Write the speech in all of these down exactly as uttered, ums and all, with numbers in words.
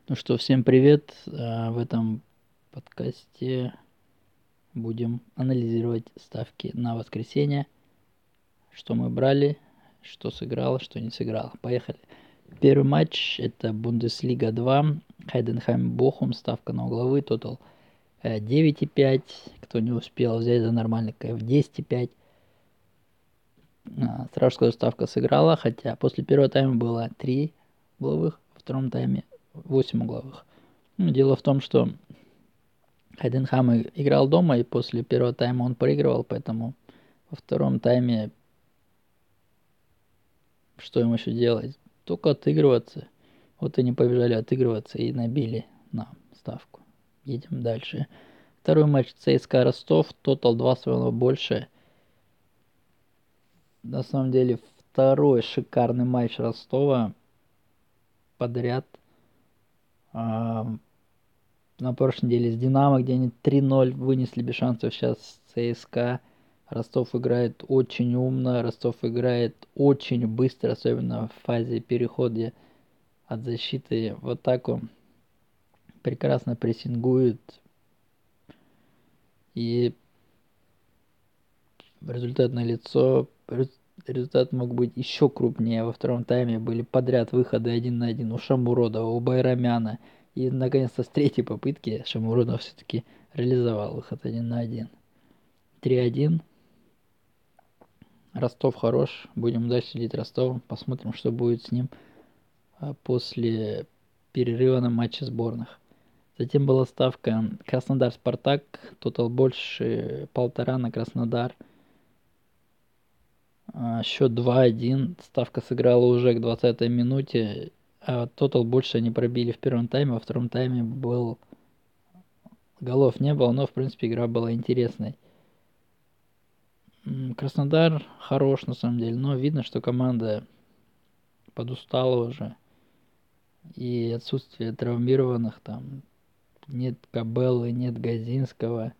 Ну что, всем привет. А, В этом подкасте будем анализировать ставки на воскресенье. Что мы брали, что сыграло, что не сыграло. Поехали. Первый матч — это Бундеслига два. Хайденхайм Бохум. Ставка на угловые. Тотал э, девять и пять. Кто не успел взять за нормальный кайф, десять и пять. А, Сразу скажу, ставка сыграла, хотя после первого тайма было три угловых, во втором тайме восемь угловых. Ну, дело в том, что Хайденхам играл дома, и после первого тайма он проигрывал, поэтому во втором тайме что им еще делать? Только отыгрываться. Вот они побежали отыгрываться и набили на ставку. Едем дальше. Второй матч ЦСКА Ростов. Тотал два с половиной больше. На самом деле второй шикарный матч Ростова подряд. А, на прошлой неделе с Динамо, где они три ноль вынесли без шансов. Сейчас ЦСКА. Ростов играет очень умно, Ростов играет очень быстро, особенно в фазе перехода от защиты в атаку. Прекрасно прессингует. И результат налицо. Результат мог быть еще крупнее. Во втором тайме были подряд выходы один на один у Шамуродова, у Байрамяна. И наконец-то с третьей попытки Шамуродов все-таки реализовал выход один на один. три один. Ростов хорош. Будем дальше следить Ростовом. Посмотрим, что будет с ним после перерыва на матче сборных. Затем была ставка Краснодар-Спартак. Тотал больше полтора на Краснодар. Счет два один. Ставка сыграла уже к двадцатой минуте. А тотал больше они пробили в первом тайме. Во втором тайме был... голов не было, но в принципе игра была интересной. Краснодар хорош на самом деле, но видно, что команда подустала уже. И отсутствие травмированных, там нет Кабеллы, нет Газинского.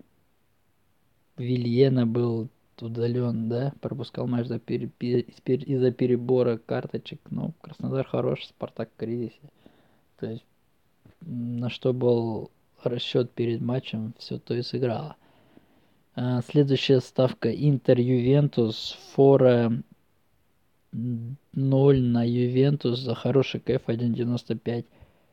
Вильена был удален, да, пропускал матч за пере, пере, из-за перебора карточек. Ну, Краснодар хорош, Спартак в кризисе. То есть на что был расчет перед матчем, все то и сыграло. А, следующая ставка Интер-Ювентус. Фора ноль на Ювентус за хороший кэф один девяносто пять.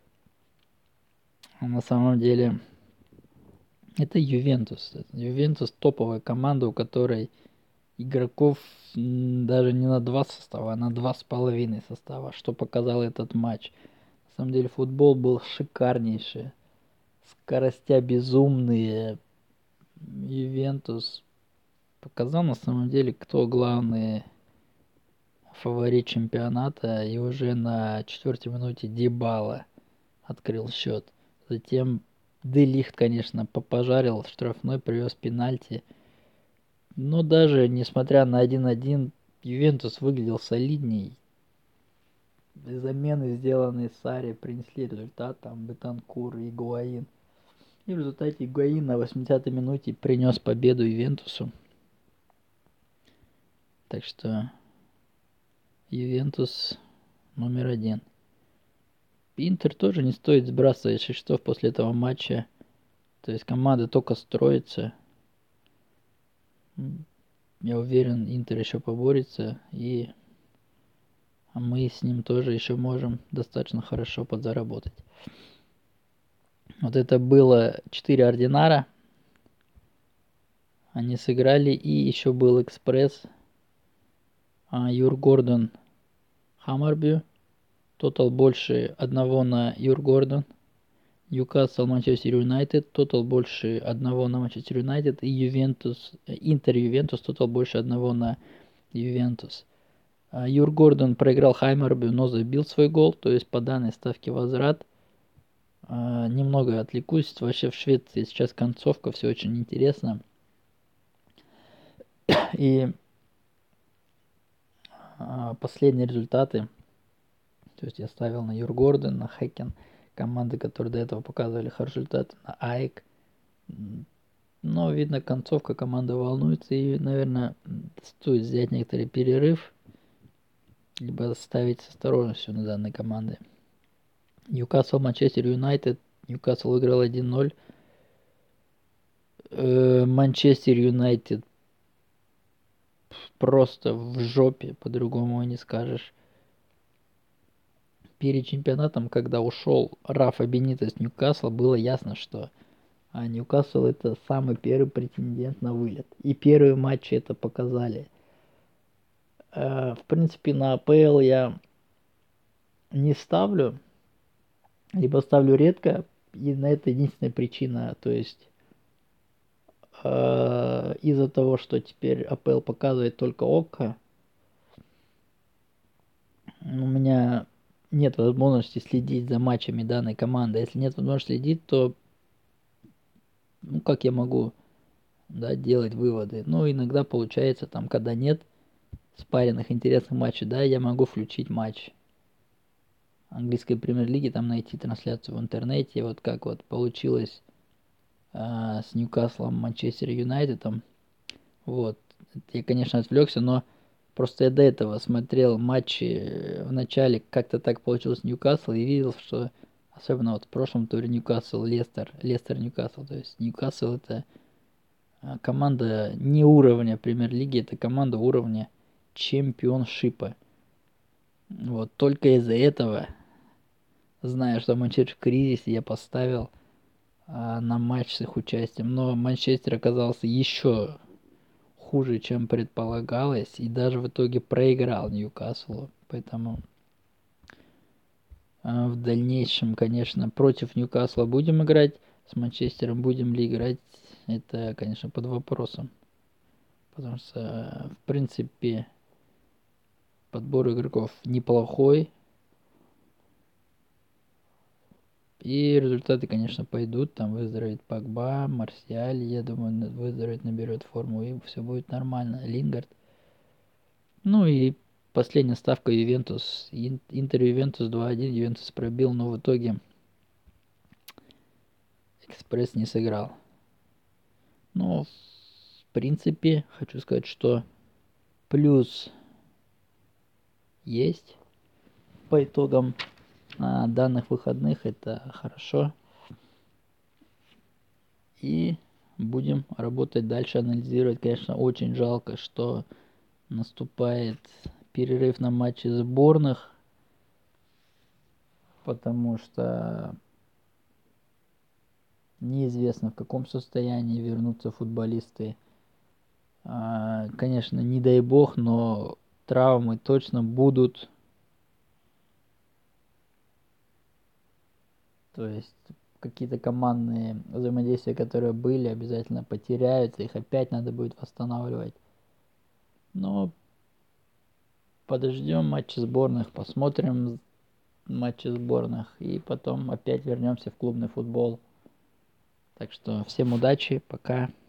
А на самом деле это Ювентус. Ювентус топовая команда, у которой игроков даже не на два состава, а на два с половиной состава, что показал этот матч. На самом деле футбол был шикарнейший. Скоростя безумные. Ювентус показал на самом деле, кто главный фаворит чемпионата. И уже на четвертой минуте Дибала открыл счет. Затем Де Лихт, конечно, попожарил штрафной, привез пенальти. Но даже несмотря на один один, Ювентус выглядел солидней. Замены, сделанные Сари, принесли результат. Там Бетанкур и Игуаин. И в результате Игуаин на восьмидесятой минуте принес победу Ювентусу. Так что Ювентус номер один. Интер тоже не стоит сбрасывать со счетов после этого матча. То есть команда только строится. Я уверен, Интер еще поборется, и мы с ним тоже еще можем достаточно хорошо подзаработать. Вот это было четыре ординара. Они сыграли, и еще был экспресс. Юр Гордон Хаммербю. Тотал больше одного на Юр Гордон. Ньюкасл Манчестер Юнайтед. Тотал больше одного на Манчестер Юнайтед. И Ювентус, Интер Ювентус. Тотал больше одного на Ювентус. Юр Гордон проиграл Хаммербю, но забил свой гол. То есть по данной ставке возврат. Немного отвлекусь. Вообще в Швеции сейчас концовка. Все очень интересно. И последние результаты. То есть я ставил на Юр Гордон, на Хэккен. Команды, которые до этого показывали хорошие результаты, на Айк. Но, видно, концовка, команда волнуется, и, наверное, стоит взять некоторый перерыв, либо ставить с осторожностью на данной команды. Ньюкасл, Манчестер Юнайтед. Ньюкасл выиграл один ноль. Манчестер Юнайтед просто в жопе, по-другому не скажешь. Перед чемпионатом, когда ушел Рафа Бенитес с Ньюкасла, было ясно, что а, Ньюкасл это самый первый претендент на вылет. И первые матчи это показали. Э, в принципе, на АПЛ я не ставлю, либо ставлю редко, и на это единственная причина, то есть э, из-за того, что теперь АПЛ показывает только ОККО, у меня нет возможности следить за матчами данной команды. Если нет возможности следить, то ну как я могу, да, делать выводы? Ну, иногда получается, там, когда нет спаренных интересных матчей, да, я могу включить матч английской премьер-лиги, там найти трансляцию в интернете, вот как вот получилось э, с Ньюкаслом, Манчестер Юнайтедом. Вот, я, конечно, отвлекся, но просто я до этого смотрел матчи в начале, как-то так получилось Ньюкасл, и видел, что особенно вот в прошлом туре Ньюкасл, Лестер, Лестер, Ньюкасл, то есть Ньюкасл это команда не уровня премьер-лиги, это команда уровня чемпионшипа. Вот только из-за этого, зная, что Манчестер в кризисе, я поставил а, на матч с их участием. Но Манчестер оказался еще хуже, чем предполагалось, и даже в итоге проиграл Ньюкаслу. Поэтому а, в дальнейшем, конечно, против Ньюкасла будем играть, с Манчестером будем ли играть, это, конечно, под вопросом. Потому что, в принципе, подбор игроков неплохой. И результаты, конечно, пойдут. Там выздоровеет Погба, Марсиаль, я думаю, выздоровеет, наберет форму, и все будет нормально. Лингард. Ну и последняя ставка Ювентус. Интер Ювентус два один. Ювентус пробил, но в итоге Экспресс не сыграл. Но, в принципе, хочу сказать, что плюс есть по итогам а, данных выходных. Это хорошо. И будем работать дальше, анализировать. Конечно, очень жалко, что наступает перерыв на матчи сборных, потому что неизвестно, в каком состоянии вернутся футболисты. Конечно, не дай бог, но травмы точно будут. То есть какие-то командные взаимодействия, которые были, обязательно потеряются, их опять надо будет восстанавливать. Но подождем матчи сборных, посмотрим матчи сборных и потом опять вернемся в клубный футбол. Так что всем удачи, пока.